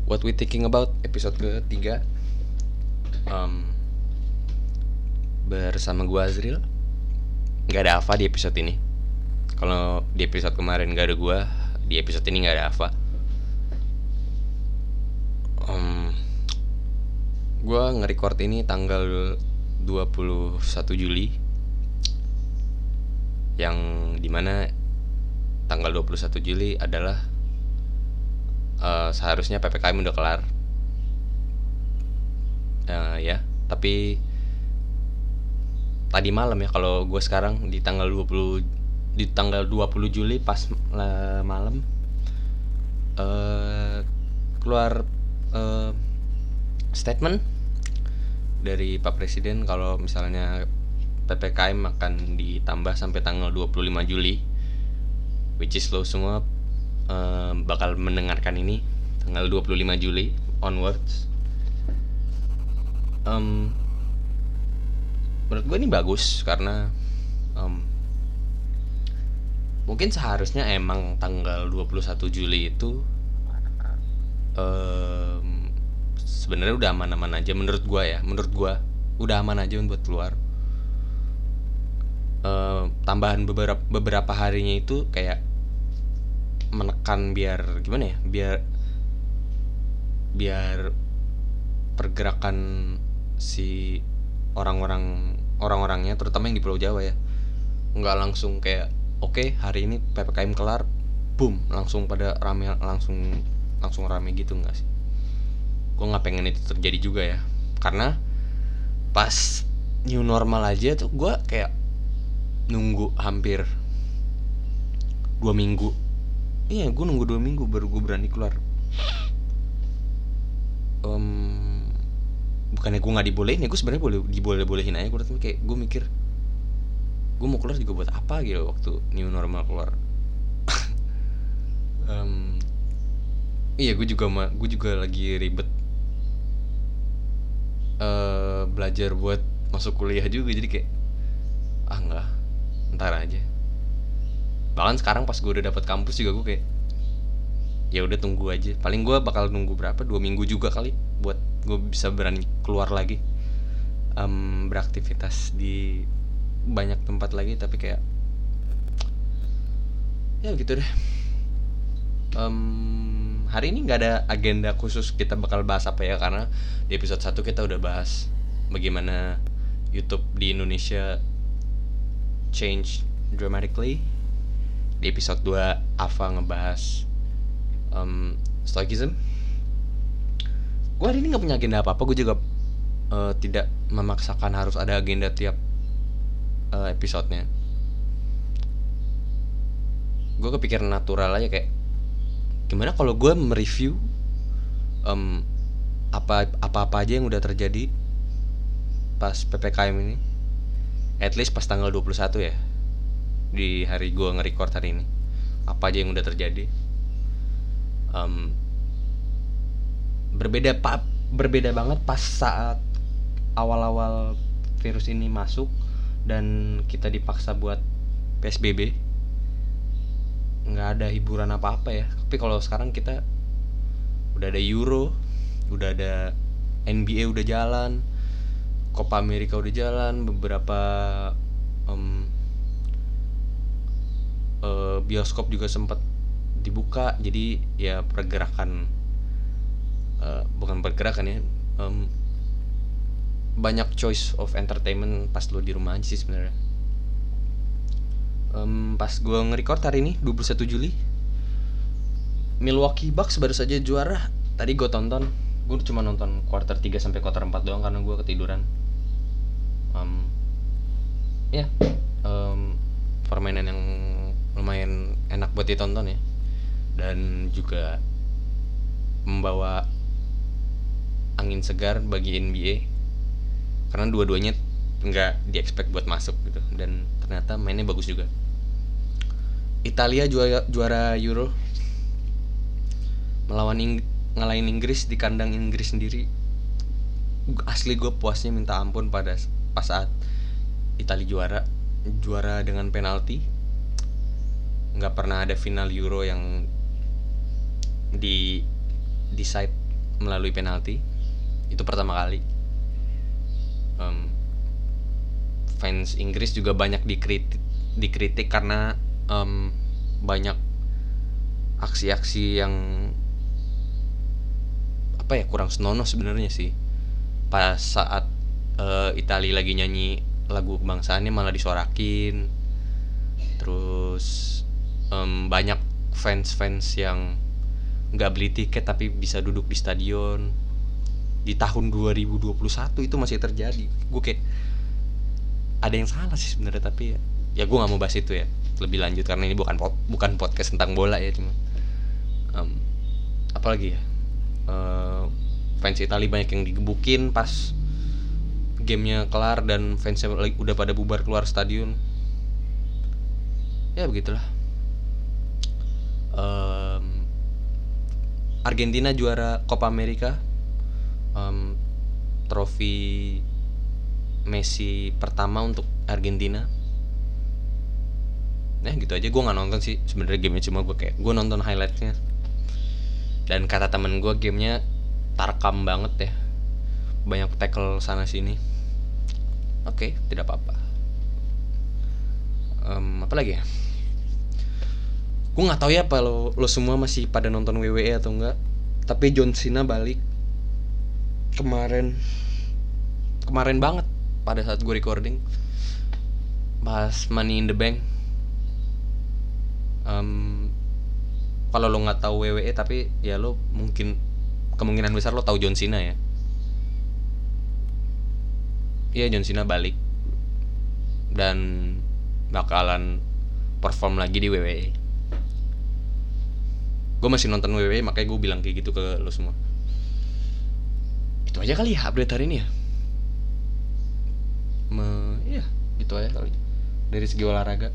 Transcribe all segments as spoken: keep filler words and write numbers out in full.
What We Thinking About episode ketiga, um, bersama gue Azril. Gak ada Ava di episode ini. Kalau di episode kemarin gak ada gue, di episode ini gak ada Ava. um, Gue nge-record ini tanggal dua puluh satu Juli, yang dimana tanggal dua puluh satu Juli adalah uh, seharusnya P P K M udah kelar, uh, ya. Tapi tadi malam ya, kalau gue sekarang di tanggal dua puluh di tanggal dua puluh Juli pas uh, malam uh, keluar uh, statement dari Pak Presiden kalau misalnya P P K M akan ditambah sampai tanggal dua puluh lima Juli, which is lo semua uh, bakal mendengarkan ini tanggal dua puluh lima Juli onwards. um, Menurut gue ini bagus karena um, mungkin seharusnya emang tanggal dua puluh satu Juli itu um, sebenarnya udah aman-aman aja menurut gue ya. Menurut gue udah aman aja buat keluar. Uh, tambahan beberapa beberapa harinya itu kayak menekan biar gimana ya? Biar biar pergerakan si orang-orang orang-orangnya terutama yang di Pulau Jawa ya nggak langsung kayak oke okay, hari ini P P K M kelar, boom langsung pada rame langsung langsung rame gitu, nggak sih? Gue nggak pengen itu terjadi juga ya, karena pas new normal aja tuh gue kayak nunggu hampir dua minggu. Iya, gue nunggu dua minggu baru gue berani keluar. Um, bukannya gue nggak dibolehin ya, gue sebenarnya boleh diboleh-bolehin aja. Gue tapi kayak gue mikir gue mau keluar juga buat apa gitu waktu new normal keluar. um, iya gue juga ma- gue juga lagi ribet uh, belajar buat masuk kuliah juga, jadi kayak ah enggak, ntar aja. Bahkan sekarang pas gue udah dapet kampus juga gue kayak ya udah tunggu aja. Paling gue bakal nunggu berapa dua minggu juga kali buat gue bisa berani keluar lagi, um, beraktivitas di banyak tempat lagi. Tapi kayak ya gitu deh. um, Hari ini gak ada agenda khusus kita bakal bahas apa ya, karena di episode satu kita udah bahas bagaimana YouTube di Indonesia change dramatically. Di episode dua Ava ngebahas um, Stoicism. Gue hari ini gak punya agenda apa-apa. Gue juga uh, tidak memaksakan harus ada agenda tiap uh, episodenya. Gue kepikiran natural aja, kayak gimana kalau gue mereview um, apa apa-apa aja yang udah terjadi pas P P K M ini, at least pas tanggal dua puluh satu ya, di hari gue nge-record hari ini. Apa aja yang udah terjadi. um, Berbeda pak berbeda banget pas saat awal-awal virus ini masuk dan kita dipaksa buat P S B B, nggak ada hiburan apa-apa ya. Tapi kalau sekarang kita udah ada Euro, udah ada N B A udah jalan, Copa America udah jalan, beberapa um, uh, bioskop juga sempat dibuka. Jadi ya pergerakan uh, bukan pergerakan ya, um, banyak choice of entertainment pas lo di rumah aja sih sebenarnya. Um, pas gue nge-record hari ini dua puluh satu Juli, Milwaukee Bucks baru saja juara. Tadi gue tonton, gue cuma nonton quarter tiga sampai quarter empat doang karena gue ketiduran. Um, ya, yeah, um, permainan yang lumayan enak buat ditonton ya, dan juga membawa angin segar bagi N B A karena dua-duanya nggak di-expect buat masuk gitu, dan ternyata mainnya bagus juga. Italia juara, juara Euro melawan Ing- ngalahin Inggris di kandang Inggris sendiri. Asli gue puasnya minta ampun pada pas saat Italia juara juara dengan penalti. Nggak pernah ada final Euro yang di decide melalui penalti. Itu pertama kali. um, Fans Inggris juga banyak dikritik dikritik karena um, banyak aksi-aksi yang apa ya, kurang senonoh sebenarnya sih. Pas saat uh, Italia lagi nyanyi lagu kebangsaannya malah disorakin. Terus um, banyak fans-fans yang nggak beli tiket tapi bisa duduk di stadion. Di tahun dua ribu dua puluh satu itu masih terjadi. Gue kayak ada yang salah sih sebenarnya, tapi ya, ya gue nggak mau bahas itu ya lebih lanjut karena ini bukan bukan podcast tentang bola ya. Cuma um, apalagi ya, uh, fans Italia banyak yang digebukin pas gamenya kelar dan fansnya udah pada bubar keluar stadion. Ya begitulah. um, Argentina juara Copa America, um, trofi Messi pertama untuk Argentina. Nah gitu aja. Gue nggak nonton sih sebenarnya gamenya, cuma gue kayak gue nonton highlightnya. Dan kata temen gue gamenya tarkam banget ya, banyak tackle sana sini. Oke, okay, tidak apa-apa. Um, apa lagi ya? Gue nggak tahu ya apa lo lo semua masih pada nonton W W E atau enggak. Tapi John Cena balik kemarin kemarin banget pada saat gue recording, pas Money in the Bank. Um, kalau lo nggak tahu W W E tapi ya lo mungkin kemungkinan besar lo tahu John Cena ya. Iya, John Cena balik dan bakalan perform lagi di W W E. Gue masih nonton W W E, makanya gue bilang kayak gitu ke lo semua. Itu aja kali ya update hari ini ya. Me, iya, gitu aja kali dari segi olahraga.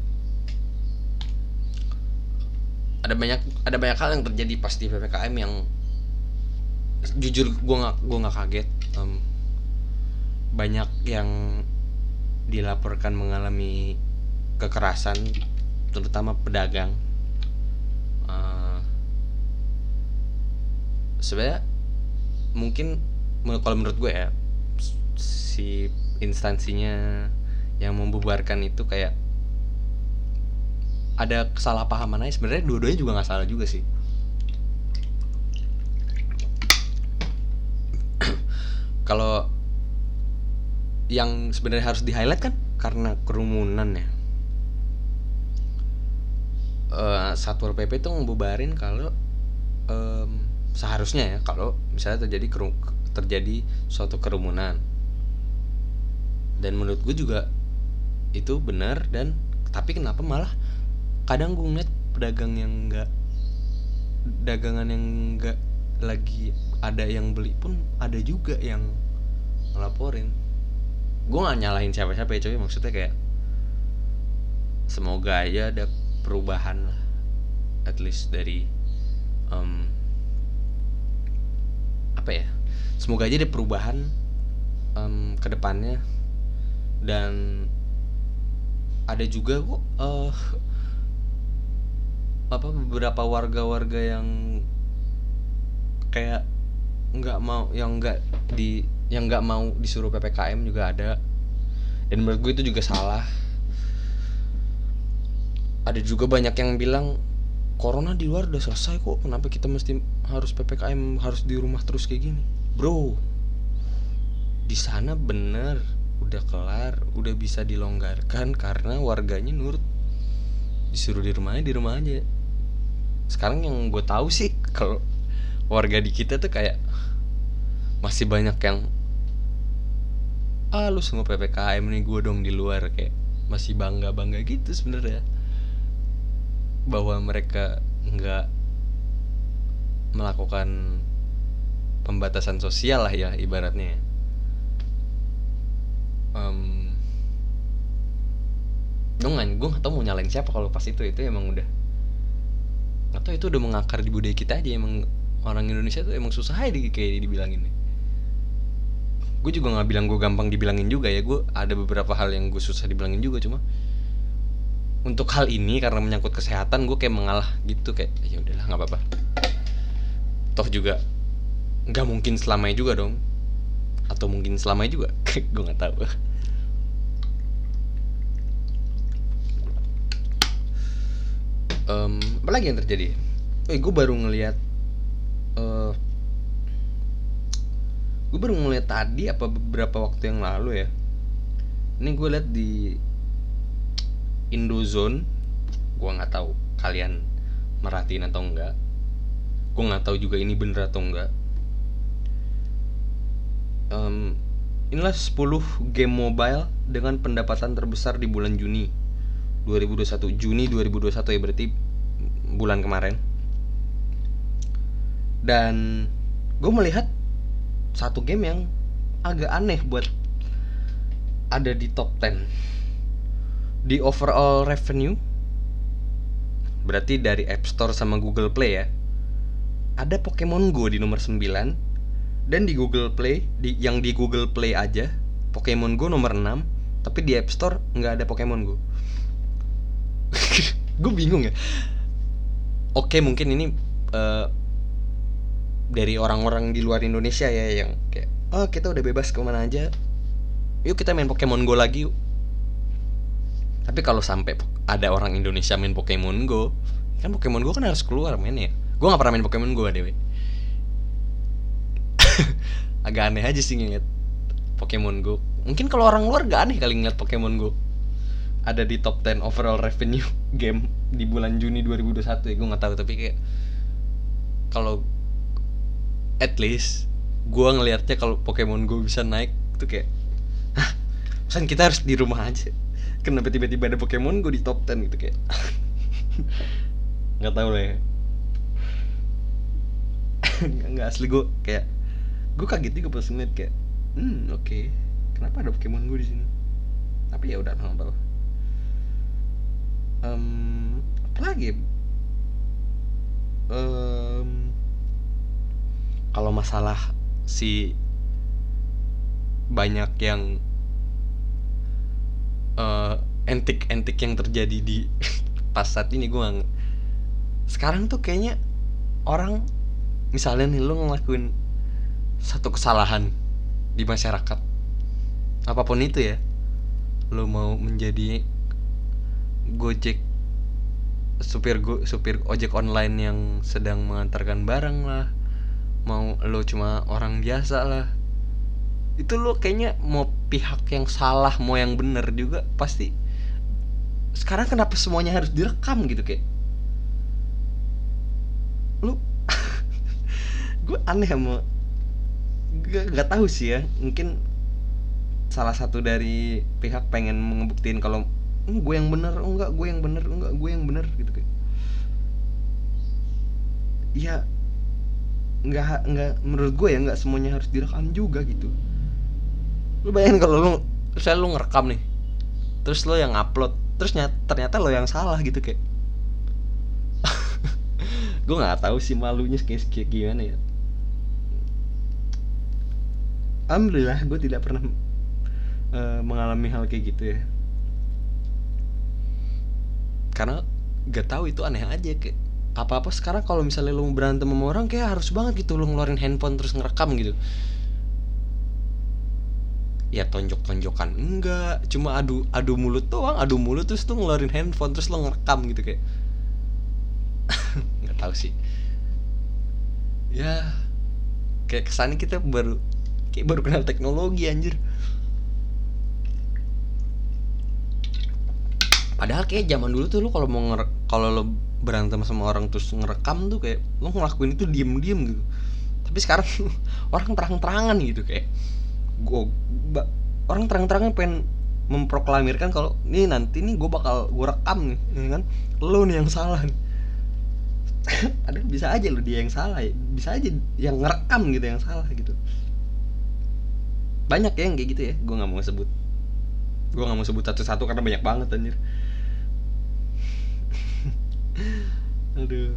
Ada banyak ada banyak hal yang terjadi pas di P P K M yang jujur gue nggak gue nggak kaget. Um, banyak yang dilaporkan mengalami kekerasan, terutama pedagang. Uh, sebenarnya mungkin kalau menurut gue ya, si instansinya yang membubarkan itu kayak ada kesalahpahaman aja. Sebenarnya dua-duanya juga nggak salah juga sih. Kalau yang sebenarnya harus di highlight kan karena kerumunan ya. Uh, Satpol P P tuh ngebubarin kalau um, seharusnya ya kalau misalnya terjadi kerum, terjadi suatu kerumunan. Dan menurut gue juga itu benar. Dan tapi kenapa malah kadang gue ngeliat pedagang yang nggak dagangan yang nggak lagi ada yang beli pun ada juga yang ngelaporin. Gue nggak nyalahin siapa-siapa ya, coy. Maksudnya kayak semoga aja ada perubahan lah, at least dari um, apa ya, semoga aja ada perubahan um, ke depannya. Dan ada juga kok uh, apa beberapa warga-warga yang kayak nggak mau, yang nggak di yang nggak mau disuruh P P K M juga ada. Dan menurut gue itu juga salah. Ada juga banyak yang bilang corona di luar udah selesai kok, kenapa kita mesti harus P P K M, harus di rumah terus kayak gini. Bro, di sana bener udah kelar, udah bisa dilonggarkan karena warganya nurut, disuruh di rumahnya di rumah aja. Sekarang yang gue tahu sih kalau warga di kita tuh kayak masih banyak yang ah lu semua P P K M nih, gue dong di luar, kayak masih bangga bangga gitu sebenarnya bahwa mereka nggak melakukan pembatasan sosial lah ya ibaratnya. Um, dong gue nggak tahu mau nyalain siapa kalau pas itu itu emang udah nggak tahu, itu udah mengakar di budaya kita aja. Emang orang Indonesia tuh emang susah aja di, kayak dibilangin. Gue juga nggak bilang gue gampang dibilangin juga ya, gue ada beberapa hal yang gue susah dibilangin juga. Cuma untuk hal ini karena menyangkut kesehatan gue kayak mengalah gitu, kayak ya udahlah nggak apa-apa. Toh juga nggak mungkin selamanya juga dong, atau mungkin selamanya juga. Gue nggak tahu. um, apa lagi yang terjadi? Eh gue baru ngelihat uh, gue baru ngeliat tadi apa beberapa waktu yang lalu ya. Ini gue liat di Indozone. Gue nggak tahu kalian merhatiin atau enggak. Gue nggak tahu juga ini bener atau enggak. Um, inilah sepuluh game mobile dengan pendapatan terbesar di bulan Juni dua ribu dua puluh satu. Juni dua ribu dua puluh satu ya, berarti bulan kemarin. Dan gue melihat satu game yang agak aneh buat ada di top sepuluh. Di overall revenue, berarti dari App Store sama Google Play ya, ada Pokemon Go di nomor sembilan. Dan di Google Play, di, yang di Google Play aja Pokemon Go nomor enam. Tapi di App Store gak ada Pokemon Go. Gue bingung ya. Oke, mungkin ini uh, dari orang-orang di luar Indonesia ya, yang kayak, oh kita udah bebas kemana aja, yuk kita main Pokemon Go lagi yuk. Tapi kalau sampai ada orang Indonesia main Pokemon Go, kan Pokemon Go kan harus keluar mainnya. Gue nggak pernah main Pokemon Go dewe. Agak aneh aja sih ngeliat Pokemon Go. Mungkin kalau orang luar gak aneh kali ngeliat Pokemon Go ada di top sepuluh overall revenue game di bulan Juni dua ribu dua puluh satu ya. Gue nggak tahu, tapi kayak kalau at least gue ngelihatnya kalau Pokemon Go bisa naik tuh kayak, hah, pesan kita harus di rumah aja. Kenapa tiba-tiba ada Pokemon Go di top sepuluh gitu kayak. Nggak tahu lah ya. Nggak, asli gue kayak, gue kaget juga pas ngeliat kayak, hmm oke, okay. Kenapa ada Pokemon Go di sini? Tapi ya udah, nggak apa-apa. Um, apa lagi? Um, kalau masalah si banyak yang uh, entik-entik yang terjadi di pas saat ini, gue nggak. Sekarang tuh kayaknya orang, misalnya nih lo ngelakuin satu kesalahan di masyarakat, apapun itu ya, lo mau menjadi Gojek, supir go, supir ojek online yang sedang mengantarkan barang lah, mau lo cuma orang biasa lah, itu lo kayaknya mau pihak yang salah mau yang benar juga pasti. Sekarang kenapa semuanya harus direkam gitu kayak lo? Gue aneh sama, gak, gak tahu sih ya, mungkin salah satu dari pihak pengen ngebuktiin kalau gue yang benar, oh enggak gue yang benar, oh enggak gue yang benar gitu kayak. Ya nggak nggak menurut gue ya nggak semuanya harus direkam juga gitu. Lu bayangin kalau lu, saya lu ngerekam nih, terus lo yang upload, terus nyata, ternyata lo yang salah gitu kayak. Gue nggak tahu sih malunya kayak, kayak gimana ya. Alhamdulillah gue tidak pernah uh, mengalami hal kayak gitu ya, karena gak tahu itu aneh aja kayak apa-apa sekarang kalau misalnya lo mau berantem sama orang kayak harus banget gitu lo ngeluarin handphone terus ngerekam gitu. Ya tonjok-tonjokan enggak, cuma adu adu mulut doang, adu mulut terus tuh ngeluarin handphone terus lo ngerekam gitu kayak. Nggak tahu sih. Ya kayak kesannya kita baru kayak baru kenal teknologi anjir. Padahal kayak zaman dulu tuh lo kalau mau ngerek, kalau lo berantem sama orang terus ngerekam tuh kayak lo ngelakuin itu diem-diem gitu. Tapi sekarang orang terang-terangan gitu kayak gue, orang terang-terangan pengen memproklamirkan kalau nih nanti nih gue bakal gue rekam nih, ya kan? Lo nih yang salah nih. Padahal bisa aja lo dia yang salah ya, bisa aja yang ngerekam gitu yang salah gitu. Banyak ya yang kayak gitu ya, gue nggak mau sebut, gue nggak mau sebut satu-satu karena banyak banget anjir. Aduh.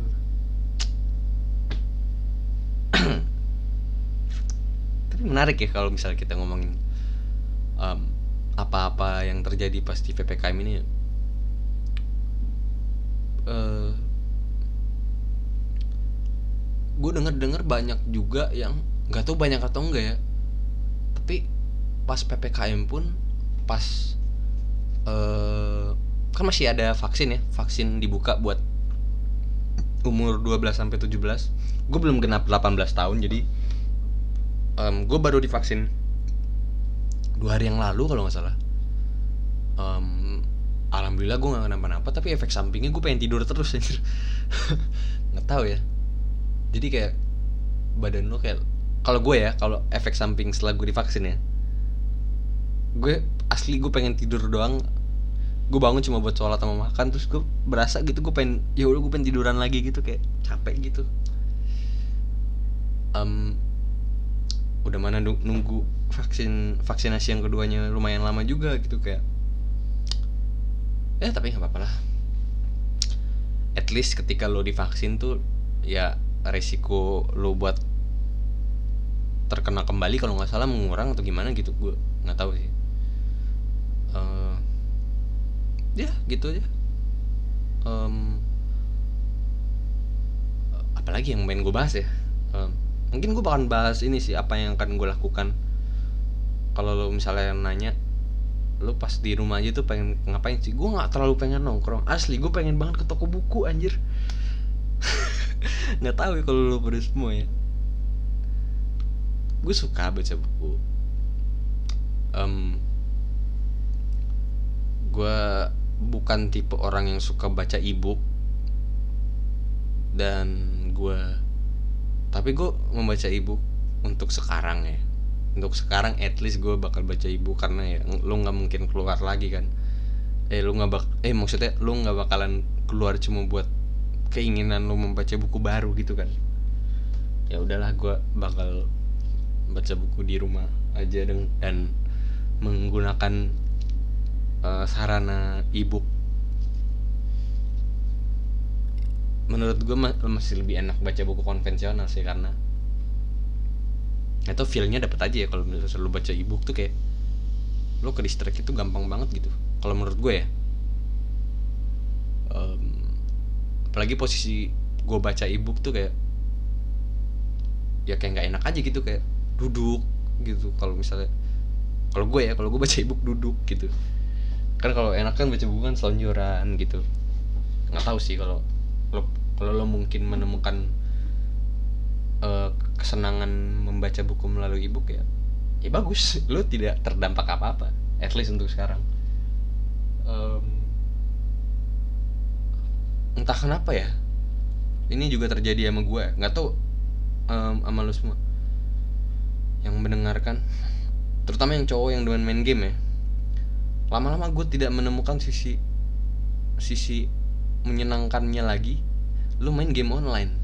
Tapi menarik ya kalau misalnya kita ngomongin um, apa-apa yang terjadi pas di P P K M ini. Uh, gue denger-denger banyak juga yang nggak tahu banyak atau enggak ya, tapi pas P P K M pun pas eh kan masih ada vaksin ya, vaksin dibuka buat umur dua belas sampai tujuh belas. Gue belum genap delapan belas tahun, jadi um, gue baru divaksin dua hari yang lalu kalau nggak salah. um, Alhamdulillah gue nggak kenapa-napa, tapi efek sampingnya gue pengen tidur terus anjir. Nggak tahu ya, jadi kayak badan lo kayak, kalau gue ya, kalau efek samping setelah gue divaksin ya, gue asli gue pengen tidur doang. Gue bangun cuma buat sholat sama makan, terus gue berasa gitu gue pengen, ya udah gue pengen tiduran lagi gitu, kayak capek gitu. um, udah mana nunggu vaksin vaksinasi yang keduanya lumayan lama juga gitu, kayak ya tapi nggak apa-apa lah. At least ketika lo divaksin tuh ya resiko lo buat terkena kembali kalau nggak salah mengurang atau gimana gitu, gue nggak tahu sih. uh, ya gitu aja. um, apalagi yang main gue bahas ya, um, mungkin gue bakalan bahas ini sih, apa yang akan gue lakukan kalau lo misalnya nanya lo pas di rumah aja tuh pengen ngapain sih. Gue nggak terlalu pengen nongkrong, asli gue pengen banget ke toko buku anjir. Nggak tahu ya kalau lo pada semua ya, gue suka baca buku. um, gue bukan tipe orang yang suka baca ebook, dan gue tapi gue membaca ebook untuk sekarang ya. Untuk sekarang at least gue bakal baca ebook, karena ya lu nggak mungkin keluar lagi kan. Eh lu nggak bak eh maksudnya lu nggak bakalan keluar cuma buat keinginan lu membaca buku baru gitu kan. Ya udahlah, gue bakal baca buku di rumah aja dan, dan menggunakan uh, sarana ebook. Menurut gue ma- masih lebih enak baca buku konvensional sih, karena atau feel-nya dapet aja ya. Kalau misalnya lu baca ebook tuh kayak lu ke distract itu gampang banget gitu kalau menurut gue ya. um, apalagi posisi gue baca ebook tuh kayak ya kayak nggak enak aja gitu, kayak duduk gitu. Kalau misalnya kalau gue ya, kalau gue baca ebook duduk gitu kan. Kalau enak kan baca buku kan selonjoran gitu. Nggak tahu sih kalau lo kalau lo mungkin menemukan uh, kesenangan membaca buku melalui ebook ya, ya bagus, lo tidak terdampak apa-apa, at least untuk sekarang. um, entah kenapa ya, ini juga terjadi sama gue, nggak tahu um, sama lo semua yang mendengarkan, terutama yang cowok yang doyan main game ya. Lama-lama gue tidak menemukan sisi sisi menyenangkannya lagi lo main game online.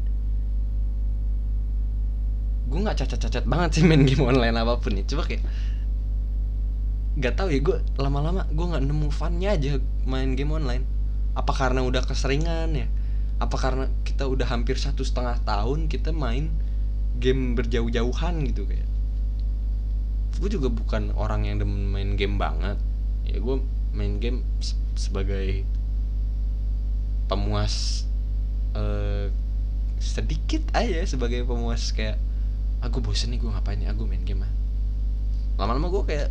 Gue nggak cacat-cacat banget sih main game online apapun ya, coba kayak nggak tahu ya, gue lama-lama gue nggak nemu funnya aja main game online. Apa karena udah keseringan ya, apa karena kita udah hampir satu setengah tahun kita main game berjauh-jauhan gitu. Kayak gue juga bukan orang yang demen main game banget ya, gue main game se- sebagai pemuas uh, sedikit aja, sebagai pemuas kayak aku bosen nih, gue ngapain nih, aku main game ah. Lama-lama gue kayak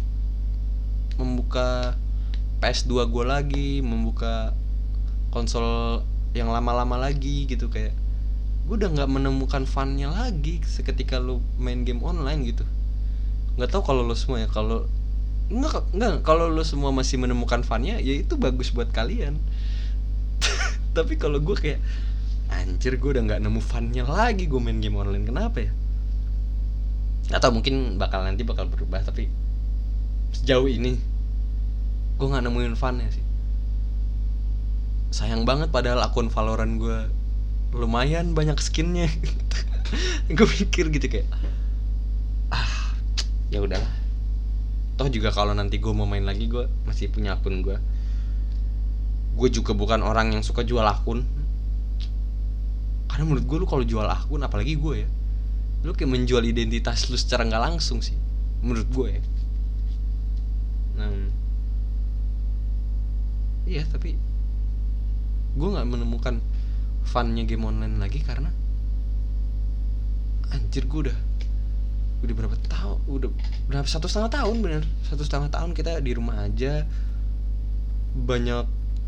membuka P S dua gue lagi, membuka konsol yang lama-lama lagi gitu. Kayak gue udah nggak menemukan funnya lagi seketika lu main game online gitu. Nggak tahu kalau lo semua ya, kalau nggak nggak kalau lo semua masih menemukan funnya ya itu bagus buat kalian. Tapi kalau gue kayak anjir, gue udah nggak nemu funnya lagi gue main game online, kenapa ya? Atau mungkin bakal nanti bakal berubah, tapi sejauh ini gue nggak nemuin funnya sih. Sayang banget, padahal akun Valorant gue lumayan banyak skinnya. Gue pikir gitu kayak ah ya udahlah, toh juga kalau nanti gue mau main lagi gue masih punya akun gue. Gue juga bukan orang yang suka jual akun, karena menurut gue lu kalau jual akun, apalagi gue ya, lu kayak menjual identitas lu secara nggak langsung sih menurut gue ya. Nah iya, tapi gue nggak menemukan funnya game online lagi karena anjir anjir gue udah udah berapa tahun, udah udah satu setengah tahun, bener satu setengah tahun kita di rumah aja. Banyak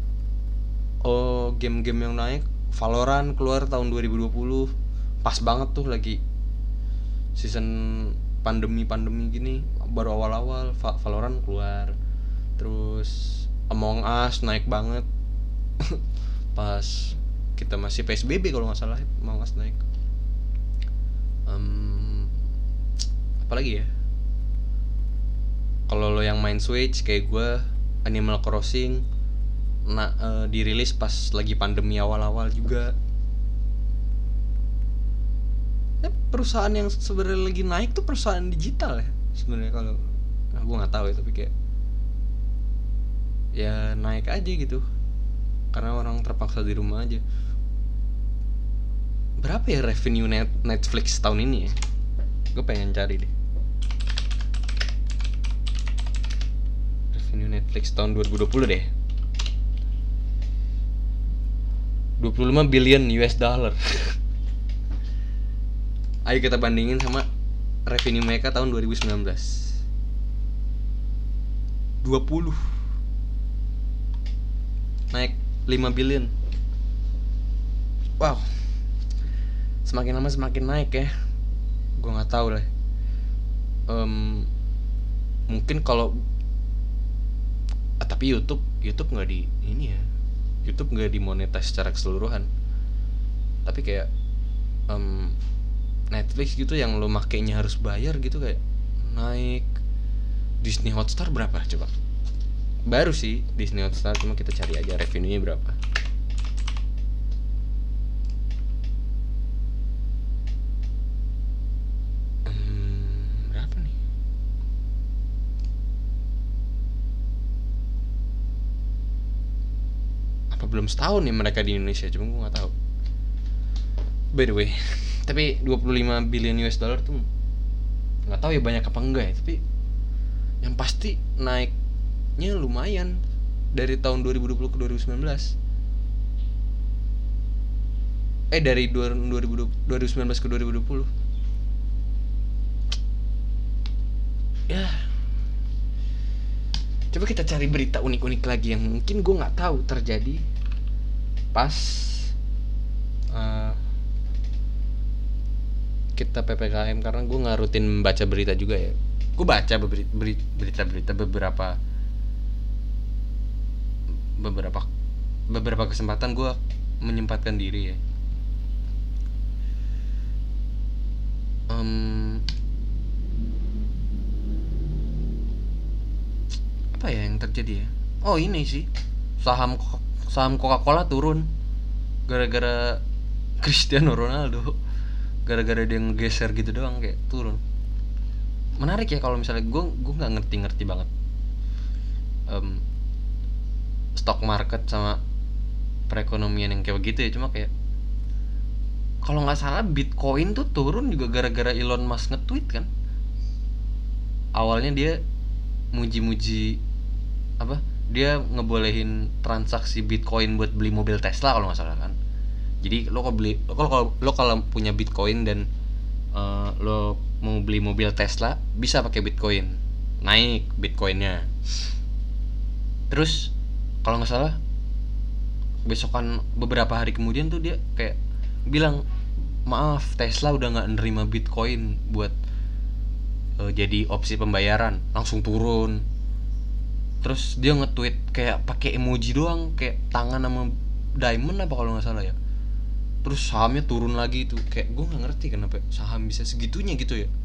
oh game-game yang naik. Valorant keluar tahun dua ribu dua puluh, pas banget tuh lagi season pandemi-pandemi gini, baru awal-awal Valorant keluar. Terus Among Us naik banget pas kita masih P S B B kalau nggak salah, Among Us naik. um, apalagi ya, kalau lo yang main Switch kayak gue, Animal Crossing nah uh, dirilis pas lagi pandemi awal-awal juga. Ya, perusahaan yang sebenarnya lagi naik tuh perusahaan digital ya sebenarnya, kalau nah, gue nggak tahu ya, tapi kayak ya naik aja gitu karena orang terpaksa di rumah aja. Berapa ya revenue net Netflix tahun ini ya? Gue pengen cari deh. Revenue Netflix tahun dua ribu dua puluh deh. dua puluh lima billion U S dollar. Ayo kita bandingin sama revenue mereka tahun dua ribu sembilan belas. dua puluh. Naik lima billion. Wow. Semakin lama semakin naik ya. Gue nggak tahu lah. Um, mungkin kalau ah, tapi YouTube YouTube nggak di ini ya. YouTube nggak dimonetize secara keseluruhan. Tapi kayak um, Netflix gitu yang lo makainya harus bayar gitu kayak naik. Disney Hotstar berapa coba? Baru sih Disney Hotstar, cuma kita cari aja revenue-nya berapa. Hmm, berapa nih? Apa belum setahun nih mereka di Indonesia? Cuma gue nggak tahu. By the way, tapi dua puluh lima billion U S dollar tuh nggak tahu ya banyak apa enggak ya, tapi yang pasti naiknya lumayan dari tahun dua ribu dua puluh ke dua ribu sembilan belas. Eh dari dua ribu sembilan belas ke dua ribu dua puluh. Ya. Coba kita cari berita unik-unik lagi yang mungkin gue nggak tahu terjadi pas uh, kita P P K M, karena gue nggak rutin membaca berita juga ya. Gue baca berita-berita beberapa beberapa beberapa kesempatan gue menyempatkan diri ya. Um, apa ya yang terjadi ya? Oh ini sih saham saham Coca-Cola turun gara-gara Cristiano Ronaldo. Gara-gara dia ngegeser gitu doang kayak turun. Menarik ya kalau misalnya gue gue nggak ngerti-ngerti banget um, stock market sama perekonomian yang kayak begitu ya. Cuma kayak kalau nggak salah Bitcoin tuh turun juga gara-gara Elon Musk nge-tweet kan. Awalnya dia muji-muji apa? Dia ngebolehin transaksi Bitcoin buat beli mobil Tesla kalau nggak salah kan. Jadi lo kalau beli lo kalau lo kalau punya Bitcoin dan uh, lo mau beli mobil Tesla bisa pakai Bitcoin, naik Bitcoinnya. Terus kalau nggak salah besokan beberapa hari kemudian tuh dia kayak bilang maaf Tesla udah nggak nerima Bitcoin buat uh, jadi opsi pembayaran, langsung turun. Terus dia nge-tweet kayak pakai emoji doang kayak tangan sama diamond apa kalau nggak salah ya. Terus sahamnya turun lagi tuh. Kayak gue gak ngerti kenapa saham bisa segitunya gitu ya.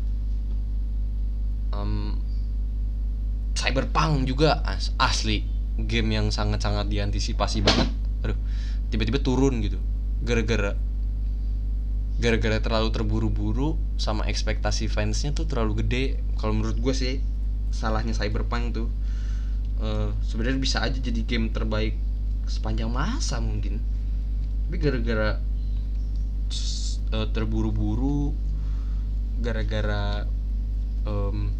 um, Cyberpunk juga as- asli game yang sangat-sangat diantisipasi banget. Aduh, tiba-tiba turun gitu. Gara-gara Gara-gara terlalu terburu-buru sama ekspektasi fansnya tuh terlalu gede. Kalau menurut gue sih salahnya Cyberpunk tuh uh, sebenarnya bisa aja jadi game terbaik sepanjang masa mungkin. Tapi gara-gara Uh, terburu-buru, gara-gara um,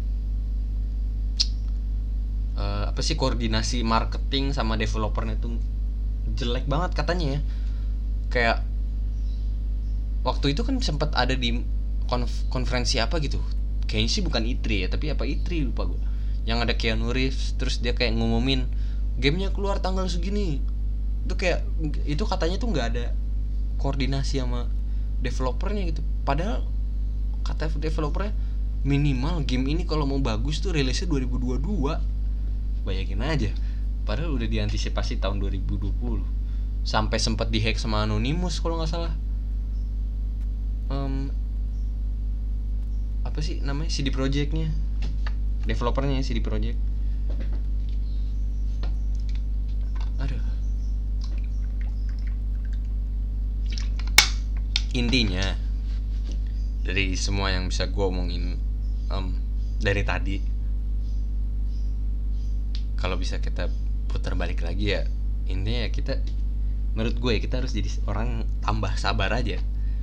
uh, apa sih koordinasi marketing sama developernya tuh jelek banget katanya ya. Kayak waktu itu kan sempat ada di konf- konferensi apa gitu, kayaknya sih bukan I T R I ya, tapi apa I T R I lupa gue, yang ada Keanu Reeves, terus dia kayak ngumumin gamenya keluar tanggal segini. Itu kayak itu katanya tuh nggak ada koordinasi sama developernya gitu, padahal kata developernya minimal game ini kalau mau bagus tuh rilisnya dua ribu dua puluh dua. Bayangin aja, padahal udah diantisipasi tahun dua ribu dua puluh. Sampai sempat dihack sama Anonymous kalau nggak salah. um, apa sih namanya, C D Projekt-nya, developernya C D Projekt. Aduh. Intinya dari semua yang bisa gue omongin um, dari tadi, kalau bisa kita putar balik lagi ya, intinya ya kita, menurut gue ya, kita harus jadi orang tambah sabar aja.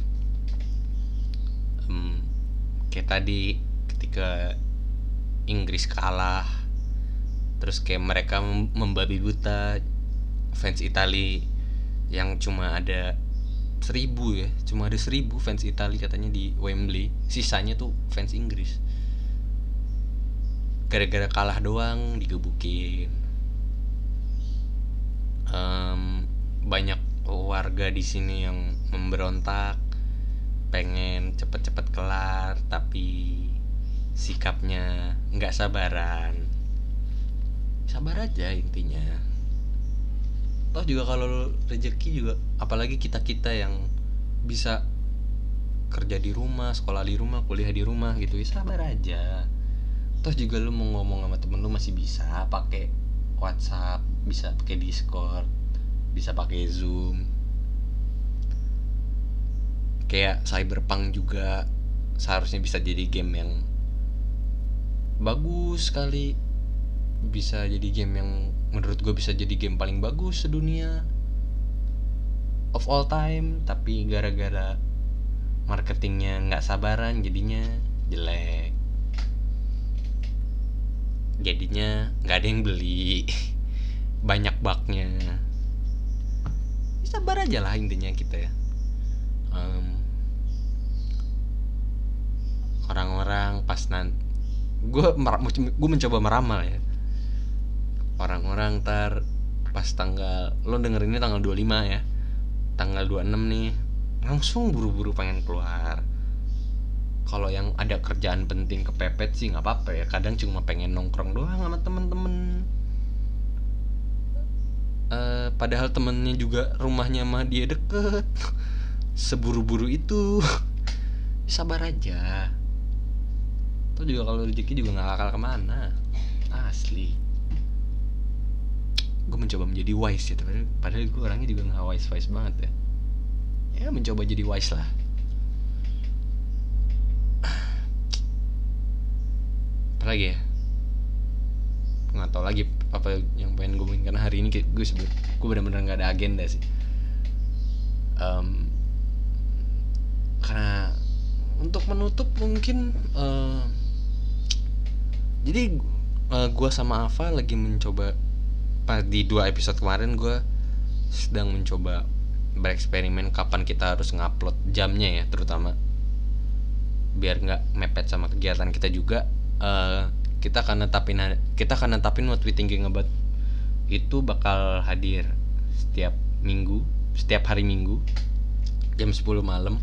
um, kayak tadi ketika Inggris kalah, terus kayak mereka membabi buta fans Itali yang cuma ada seribu ya, cuma ada seribu fans Itali katanya di Wembley, sisanya tuh fans Inggris. Gara-gara kalah doang digebukin. um, banyak warga di sini yang memberontak, pengen cepet-cepet kelar, tapi sikapnya nggak sabaran. Sabar aja intinya. Toh juga kalau rezeki juga, apalagi kita-kita yang bisa kerja di rumah, sekolah di rumah, kuliah di rumah gitu, ya sabar aja. Toh juga lu mau ngomong sama temen lu masih bisa pakai WhatsApp, bisa pakai Discord, bisa pakai Zoom. Kayak Cyberpunk juga seharusnya bisa jadi game yang bagus sekali, bisa jadi game yang menurut gue bisa jadi game paling bagus sedunia of all time, tapi gara-gara marketingnya nggak sabaran jadinya jelek, jadinya nggak ada yang beli, banyak bugnya. Sabar aja lah intinya kita ya. um, orang-orang pas nan gue mer- gue mencoba meramal ya, orang-orang ntar pas tanggal, lo dengerinnya tanggal dua puluh lima ya, tanggal dua puluh enam nih langsung buru-buru pengen keluar. Kalau yang ada kerjaan penting kepepet sih nggak apa-apa ya, kadang cuma pengen nongkrong doang sama temen-temen. Uh, padahal temennya juga rumahnya sama dia deket, seburu-buru itu. Sabar aja. Tuh juga kalau rezeki juga nggak bakal kemana, asli. Gue mencoba menjadi wise ya, padahal, padahal gue orangnya juga nggak wise wise banget ya. Ya mencoba jadi wise lah. Apalagi ya, nggak tahu lagi apa yang pengen gue ngomongin, karena hari ini gue sebut gue benar-benar nggak ada agenda sih. Um, karena untuk menutup mungkin uh, jadi uh, gue sama Ava lagi mencoba, pas di dua episode kemarin gue sedang mencoba bereksperimen kapan kita harus ngupload jamnya ya, terutama biar nggak mepet sama kegiatan kita juga. Uh, kita akan netapin kita akan netapin what we thinking about itu bakal hadir setiap minggu, setiap hari Minggu jam sepuluh malam.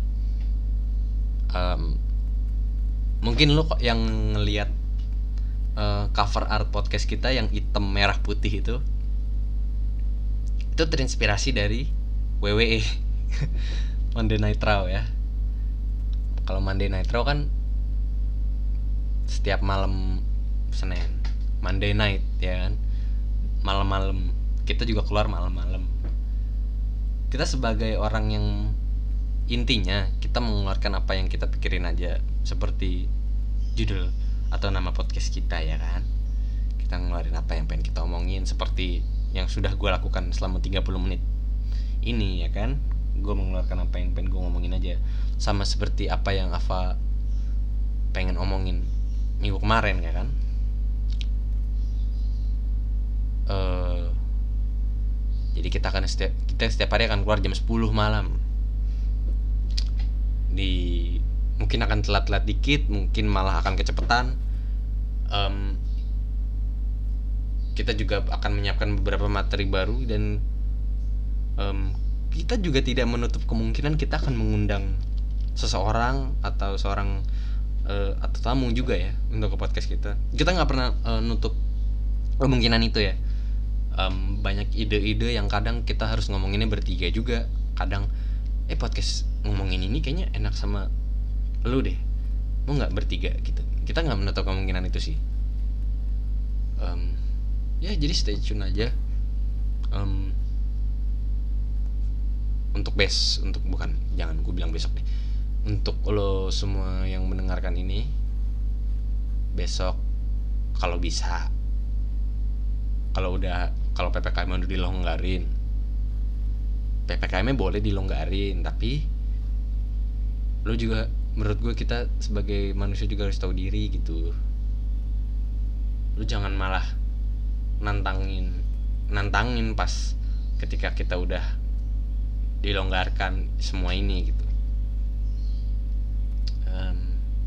Um, mungkin lo kok yang ngelihat uh, cover art podcast kita yang hitam merah putih itu, itu terinspirasi dari W W E Monday Night Raw ya. Kalau Monday Night Raw kan setiap malam Senin, Monday night ya kan, malam-malam. Kita juga keluar malam-malam. Kita sebagai orang yang intinya kita mengeluarkan apa yang kita pikirin aja, seperti judul atau nama podcast kita ya kan. Kita ngeluarin apa yang pengen kita omongin, seperti yang sudah gue lakukan selama tiga puluh menit ini ya kan. Gue mengeluarkan apa yang pengen gue ngomongin aja, sama seperti apa yang Ava pengen omongin minggu kemarin ya kan. Uh, jadi kita akan setiap kita setiap hari akan keluar jam sepuluh malam di mungkin akan telat-telat dikit, mungkin malah akan kecepatan. um, Kita juga akan menyiapkan beberapa materi baru, dan um, kita juga tidak menutup kemungkinan kita akan mengundang seseorang atau seorang uh, atau tamu juga ya untuk ke podcast kita. Kita nggak pernah uh, nutup kemungkinan itu ya. Um, banyak ide-ide yang kadang kita harus ngomonginnya bertiga juga. Kadang eh podcast ngomongin ini kayaknya enak sama lu deh, mau nggak bertiga gitu. Kita nggak menutup kemungkinan itu sih. Um, ya jadi stay tune aja. Um, untuk bes untuk bukan jangan gue bilang besok deh. Untuk lo semua yang mendengarkan ini, besok kalau bisa, kalau udah kalau P P K M udah dilonggarin, P P K M-nya boleh dilonggarin, tapi lo juga, menurut gue kita sebagai manusia juga harus tahu diri gitu. Lo jangan malah nantangin nantangin pas ketika kita udah dilonggarkan semua ini gitu. um,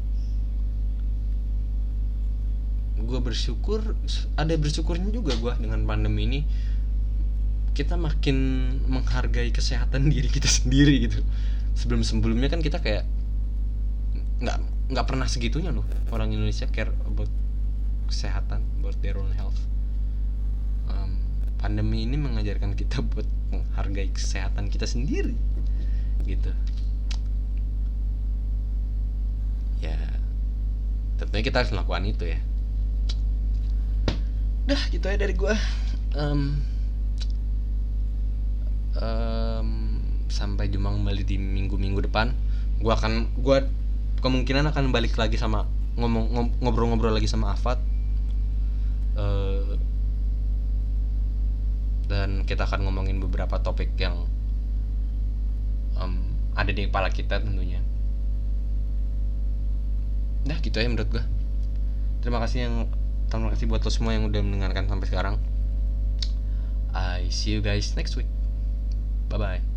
gue bersyukur, ada bersyukurnya juga gue dengan pandemi ini. Kita makin menghargai kesehatan diri kita sendiri gitu. Sebelum sebelumnya kan kita kayak nggak nggak pernah segitunya loh orang Indonesia care about kesehatan, about their own health. Um, pandemi ini mengajarkan kita buat menghargai kesehatan kita sendiri gitu. Ya tentunya kita harus melakukan itu ya. Udah gitu aja dari gue. um, um, Sampai jumpa kembali di minggu-minggu depan. Gue akan gue kemungkinan akan balik lagi sama ngomong ngobrol-ngobrol lagi sama Afat. Uh, dan kita akan ngomongin beberapa topik yang um, ada di kepala kita tentunya. Dah gitu aja menurut gue. Terima kasih yang terima kasih buat lo semua yang udah mendengarkan sampai sekarang. I see you guys next week. Bye bye.